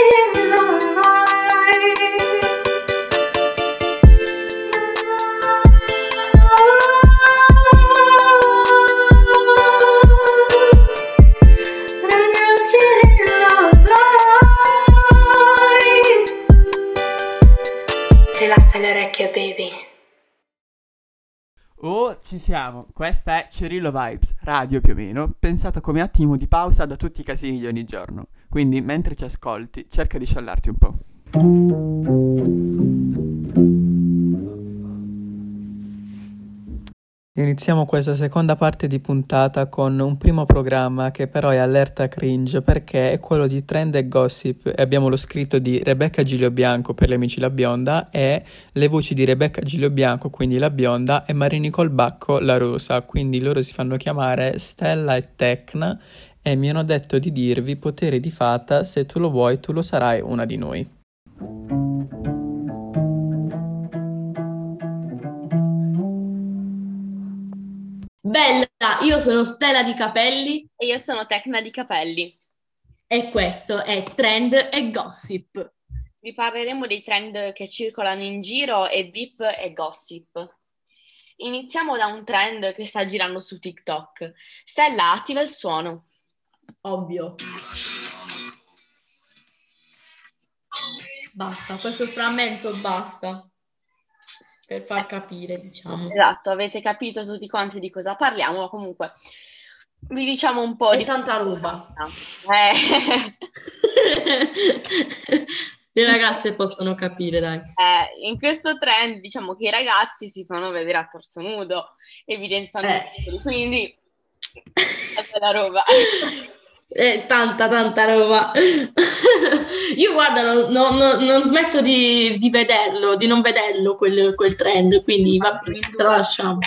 Rilassa le orecchie, baby. Oh, ci siamo. Questa è Cirillo Vibes, radio più o meno, pensata come attimo di pausa da tutti i casini di ogni giorno. Quindi, mentre ci ascolti, cerca di sciallarti un po'. Iniziamo questa seconda parte di puntata con un primo programma che però è allerta cringe perché è quello di Trend e Gossip e abbiamo lo scritto di Rebecca Giglio Bianco per gli amici La Bionda e le voci di Rebecca Giglio Bianco, quindi La Bionda, e Marini Colbacco, La Rosa, quindi loro si fanno chiamare Stella e Tecna e mi hanno detto di dirvi potere di fata, se tu lo vuoi tu lo sarai una di noi. Bella, io sono Stella di Capelli E io sono Tecna di Capelli. e questo è Trend e Gossip. Vi parleremo dei trend che circolano in giro e VIP e gossip. Iniziamo da un trend che sta girando su TikTok. Stella, attiva il suono. Ovvio. Basta, questo frammento basta per far capire, diciamo. Esatto, avete capito tutti quanti di cosa parliamo, ma comunque vi diciamo un po' È di... tanta roba. Eh. Le ragazze possono capire, dai. In questo trend diciamo che i ragazzi si fanno vedere a torso nudo, evidenziano i muscoli, quindi è bella roba. Tanta roba. Io guarda, non smetto di vederlo, di non vederlo quel trend, quindi va bene, tralasciamo.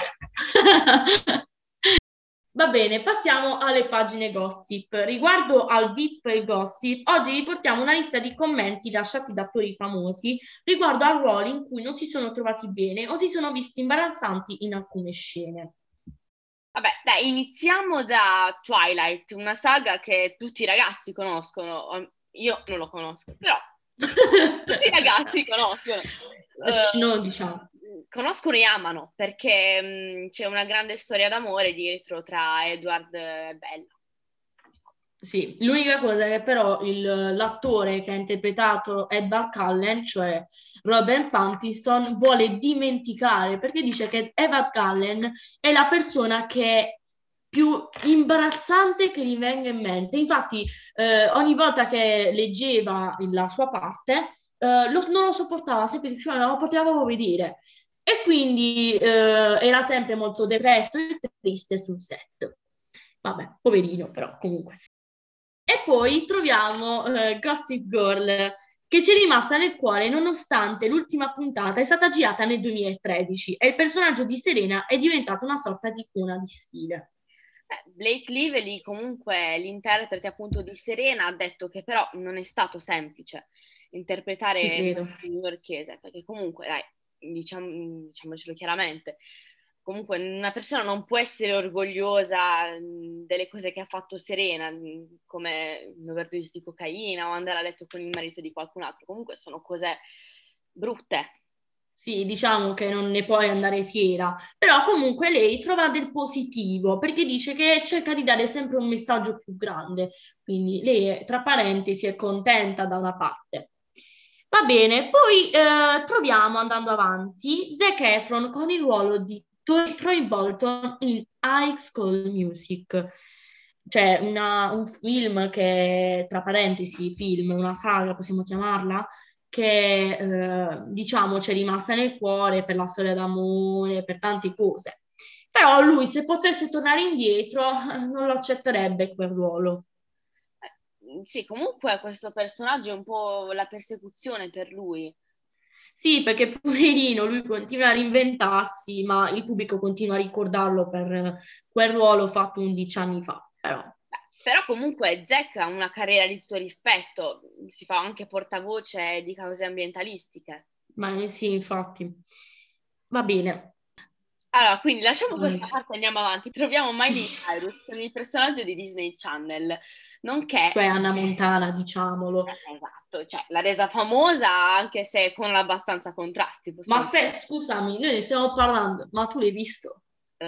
Va bene, passiamo alle pagine gossip. Riguardo al VIP e gossip, oggi vi portiamo una lista di commenti lasciati da attori famosi riguardo a ruoli in cui non si sono trovati bene o si sono visti imbarazzanti in alcune scene. Vabbè, dai, iniziamo da Twilight, una saga che tutti i ragazzi conoscono. Io non lo conosco, però tutti i ragazzi conoscono. No, diciamo. Conoscono e amano, perché c'è una grande storia d'amore dietro tra Edward e Bella. Sì, l'unica cosa è che però l'attore che ha interpretato Edward Cullen, cioè Robert Pattinson, vuole dimenticare perché dice che Edward Cullen è la persona che è più imbarazzante che gli venga in mente. Infatti, ogni volta che leggeva la sua parte, non lo sopportava, sempre, cioè non lo poteva proprio vedere. E quindi era sempre molto depresso e triste sul set. Vabbè, poverino, però comunque. E poi troviamo Gossip Girl, che ci è rimasta nel cuore nonostante l'ultima puntata è stata girata nel 2013 e il personaggio di Serena è diventato una sorta di icona di stile. Blake Lively, comunque l'interprete appunto di Serena, ha detto che però non è stato semplice interpretare il newyorkese, perché comunque, dai, diciamocelo chiaramente, comunque una persona non può essere orgogliosa delle cose che ha fatto Serena, come l'overdose di cocaina o andare a letto con il marito di qualcun altro. Comunque sono cose brutte. Sì, diciamo che non ne puoi andare fiera, però comunque lei trova del positivo perché dice che cerca di dare sempre un messaggio più grande, quindi lei, tra parentesi, è contenta da una parte. Va bene, poi troviamo, andando avanti, Zac Efron con il ruolo di Troy Bolton in High School Music, cioè un film che, tra parentesi, film, una saga, possiamo chiamarla, che diciamo ci è rimasta nel cuore per la storia d'amore, per tante cose. Però lui, se potesse tornare indietro, non lo accetterebbe quel ruolo. Sì, comunque questo personaggio è un po' la persecuzione per lui. Sì, perché poverino, lui continua a reinventarsi, ma il pubblico continua a ricordarlo per quel ruolo fatto 11 anni fa. Però comunque Zac ha una carriera di tutto rispetto, si fa anche portavoce di cause ambientalistiche. Ma sì, infatti. Va bene. Allora, quindi lasciamo questa parte e andiamo avanti. Troviamo Miley Cyrus con il personaggio di Disney Channel, nonché... Cioè Anna Montana, diciamolo. Esatto, cioè l'ha resa famosa anche se con abbastanza contrasti. Ma aspetta, scusami, noi ne stiamo parlando, ma tu l'hai visto?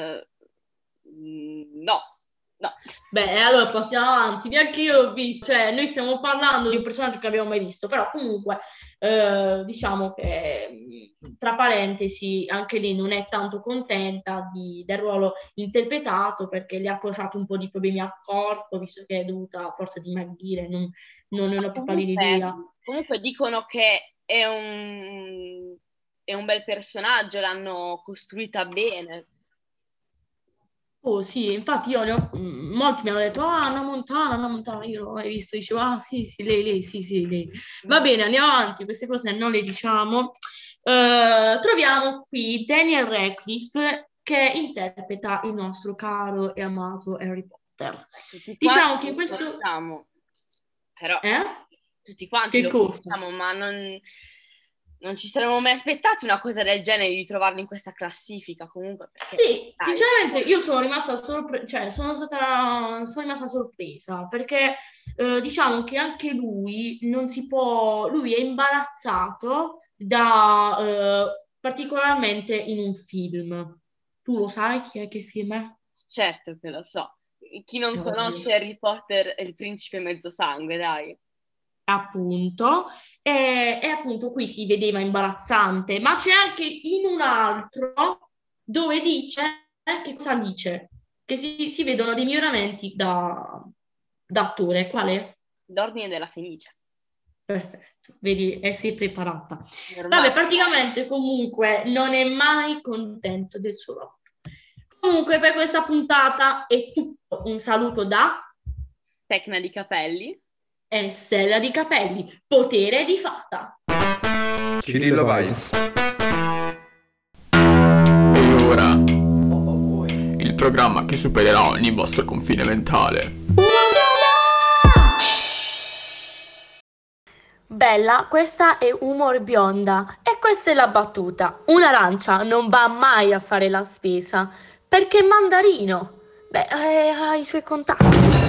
No. Beh, allora passiamo avanti, neanche io l'ho visto, cioè noi stiamo parlando di un personaggio che abbiamo mai visto, però comunque diciamo che tra parentesi anche lei non è tanto contenta del ruolo interpretato perché le ha causato un po' di problemi al corpo, visto che è dovuta forse dimagrire, non ne ho più pallida idea. Comunque dicono che è un bel personaggio, l'hanno costruita bene. Oh sì, infatti molti mi hanno detto Anna Montana, io non l'ho mai visto, dicevo sì, lei, sì, lei. Va bene, andiamo avanti, queste cose non le diciamo. Troviamo qui Daniel Radcliffe che interpreta il nostro caro e amato Harry Potter. Diciamo che in questo... Però tutti quanti lo conosciamo, ma non ci saremmo mai aspettati una cosa del genere, di trovarlo in questa classifica comunque. Perché, sì, sinceramente io sono rimasta rimasta sorpresa perché diciamo che anche lui lui è imbarazzato particolarmente in un film. Tu lo sai che film è? Certo che lo so. Chi non conosce Harry Potter è il principe mezzosangue, dai. Appunto, e appunto qui si vedeva imbarazzante, ma c'è anche in un altro dove dice, che cosa dice? Che si vedono dei miglioramenti da attore. Quale? L'Ordine della Fenice. Perfetto, vedi, sei preparata. Vabbè, praticamente comunque non è mai contento del suo lavoro. Comunque per questa puntata è tutto. Un saluto da Tecna di Capelli e Stella di Capelli, potere di fata. Cirillo Vibes. E ora il programma che supererà ogni vostro confine mentale. Bella, questa è Humor Bionda e questa è la battuta. Un'arancia non va mai a fare la spesa perché è mandarino. Beh, ha i suoi contatti.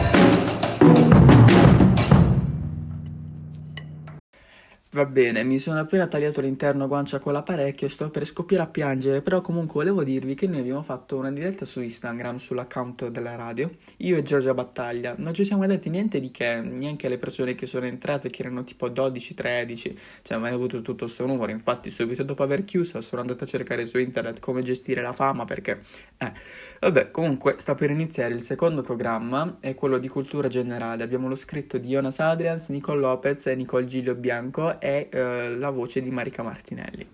Va bene, mi sono appena tagliato l'interno guancia con l'apparecchio e sto per scoppiare a piangere, però comunque volevo dirvi che noi abbiamo fatto una diretta su Instagram, sull'account della radio, io e Giorgia Battaglia. Non ci siamo detti niente di che, neanche le persone che sono entrate, che erano tipo 12-13, cioè mai avuto tutto sto numero. Infatti subito dopo aver chiuso sono andato a cercare su internet come gestire la fama, perché... Vabbè, comunque sta per iniziare il secondo programma, è quello di cultura generale. Abbiamo lo scritto di Jonas Adrians, Nicole Lopez e Nicole Giglio Bianco e la voce di Marica Martinelli.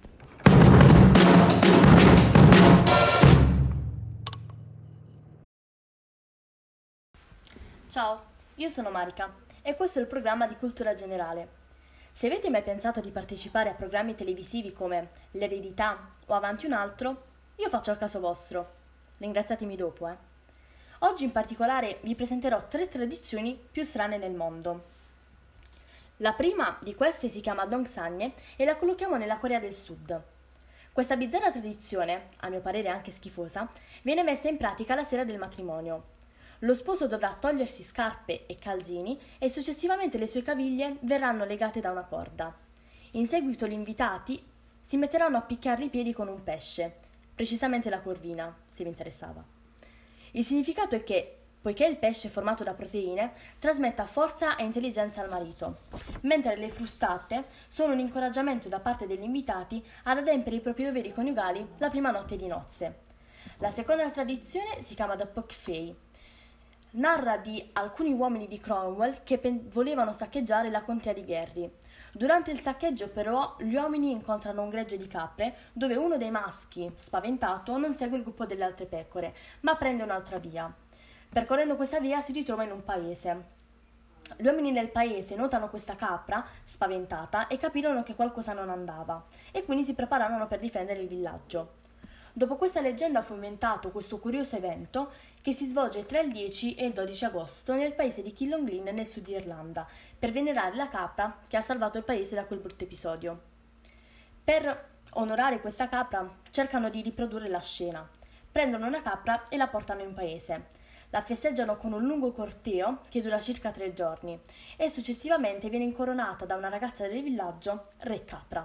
Ciao, io sono Marica e questo è il programma di cultura generale. Se avete mai pensato di partecipare a programmi televisivi come L'Eredità o Avanti un altro, io faccio al caso vostro. Ringraziatemi dopo, Oggi in particolare vi presenterò 3 tradizioni più strane nel mondo. La prima di queste si chiama Dongsangne e la collochiamo nella Corea del Sud. Questa bizzarra tradizione, a mio parere anche schifosa, viene messa in pratica la sera del matrimonio. Lo sposo dovrà togliersi scarpe e calzini e successivamente le sue caviglie verranno legate da una corda. In seguito gli invitati si metteranno a picchiarli i piedi con un pesce, precisamente la corvina, se vi interessava. Il significato è che, poiché il pesce è formato da proteine, trasmetta forza e intelligenza al marito, mentre le frustate sono un incoraggiamento da parte degli invitati ad adempiere i propri doveri coniugali la prima notte di nozze. La seconda tradizione si chiama The Pok Fei. Narra di alcuni uomini di Cromwell che volevano saccheggiare la contea di Gerry. Durante il saccheggio però gli uomini incontrano un gregge di capre dove uno dei maschi, spaventato, non segue il gruppo delle altre pecore, ma prende un'altra via. Percorrendo questa via si ritrova in un paese. Gli uomini del paese notano questa capra, spaventata, e capirono che qualcosa non andava, e quindi si prepararono per difendere il villaggio. Dopo questa leggenda fu inventato questo curioso evento che si svolge tra il 10 e il 12 agosto nel paese di Killonglin nel sud Irlanda per venerare la capra che ha salvato il paese da quel brutto episodio. Per onorare questa capra cercano di riprodurre la scena. prendono una capra e la portano in paese. La festeggiano con un lungo corteo che dura circa 3 giorni e successivamente viene incoronata da una ragazza del villaggio Re Capra.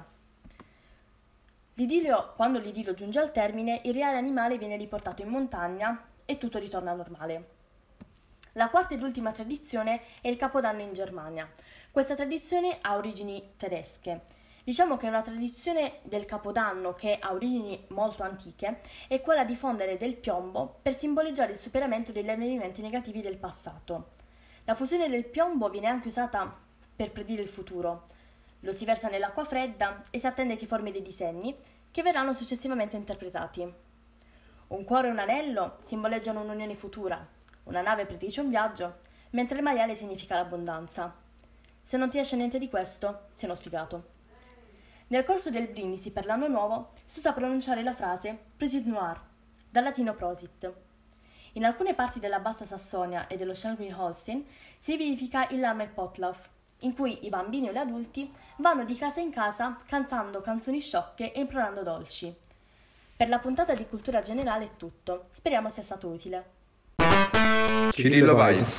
Quando l'idillio giunge al termine, il reale animale viene riportato in montagna e tutto ritorna normale. La quarta ed ultima tradizione è il Capodanno in Germania. Questa tradizione ha origini tedesche. Diciamo che una tradizione del Capodanno che ha origini molto antiche è quella di fondere del piombo per simboleggiare il superamento degli avvenimenti negativi del passato. La fusione del piombo viene anche usata per predire il futuro. Lo si versa nell'acqua fredda e si attende che formi dei disegni che verranno successivamente interpretati. Un cuore e un anello simboleggiano un'unione futura, una nave predice un viaggio, mentre il maiale significa l'abbondanza. Se non ti esce niente di questo, sei uno sfigato. Nel corso del brindisi per l'anno nuovo si usa pronunciare la frase Prosit Noir, dal latino prosit. In alcune parti della Bassa Sassonia e dello Schleswig-Holstein si verifica il Lammerpotlauf, in cui i bambini o gli adulti vanno di casa in casa cantando canzoni sciocche e impronando dolci. Per la puntata di cultura generale è tutto, speriamo sia stato utile. Cirillo Vibes.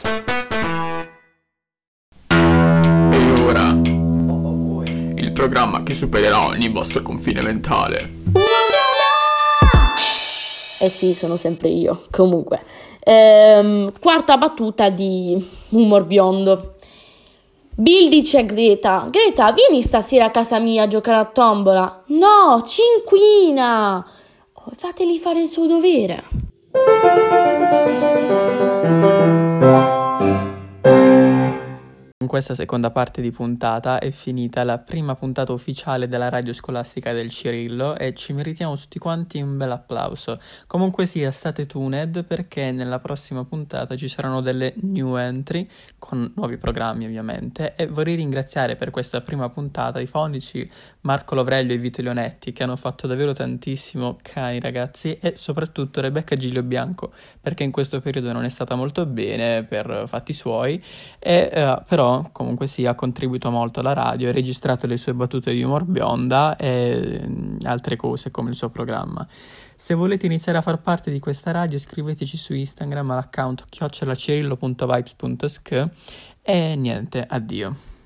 E ora, il programma che supererà ogni vostro confine mentale. Eh sì, sono sempre io. Comunque, quarta battuta di Umor Biondo. Bill dice a Greta, vieni stasera a casa mia a giocare a tombola. No, ci inquina. Fateli fare il suo dovere. Con questa seconda parte di puntata è finita la prima puntata ufficiale della radio scolastica del Cirillo e ci meritiamo tutti quanti un bel applauso. Comunque sia, state tuned perché nella prossima puntata ci saranno delle new entry con nuovi programmi ovviamente e vorrei ringraziare per questa prima puntata i fonici Marco Lovreglio e Vito Leonetti che hanno fatto davvero tantissimo, cari ragazzi, e soprattutto Rebecca Giglio Bianco perché in questo periodo non è stata molto bene per fatti suoi e però comunque sia ha contribuito molto alla radio, ha registrato le sue battute di umor bionda e altre cose come il suo programma. Se volete iniziare a far parte di questa radio scriveteci su Instagram all'account @cirillo.vibes.sk e niente, addio.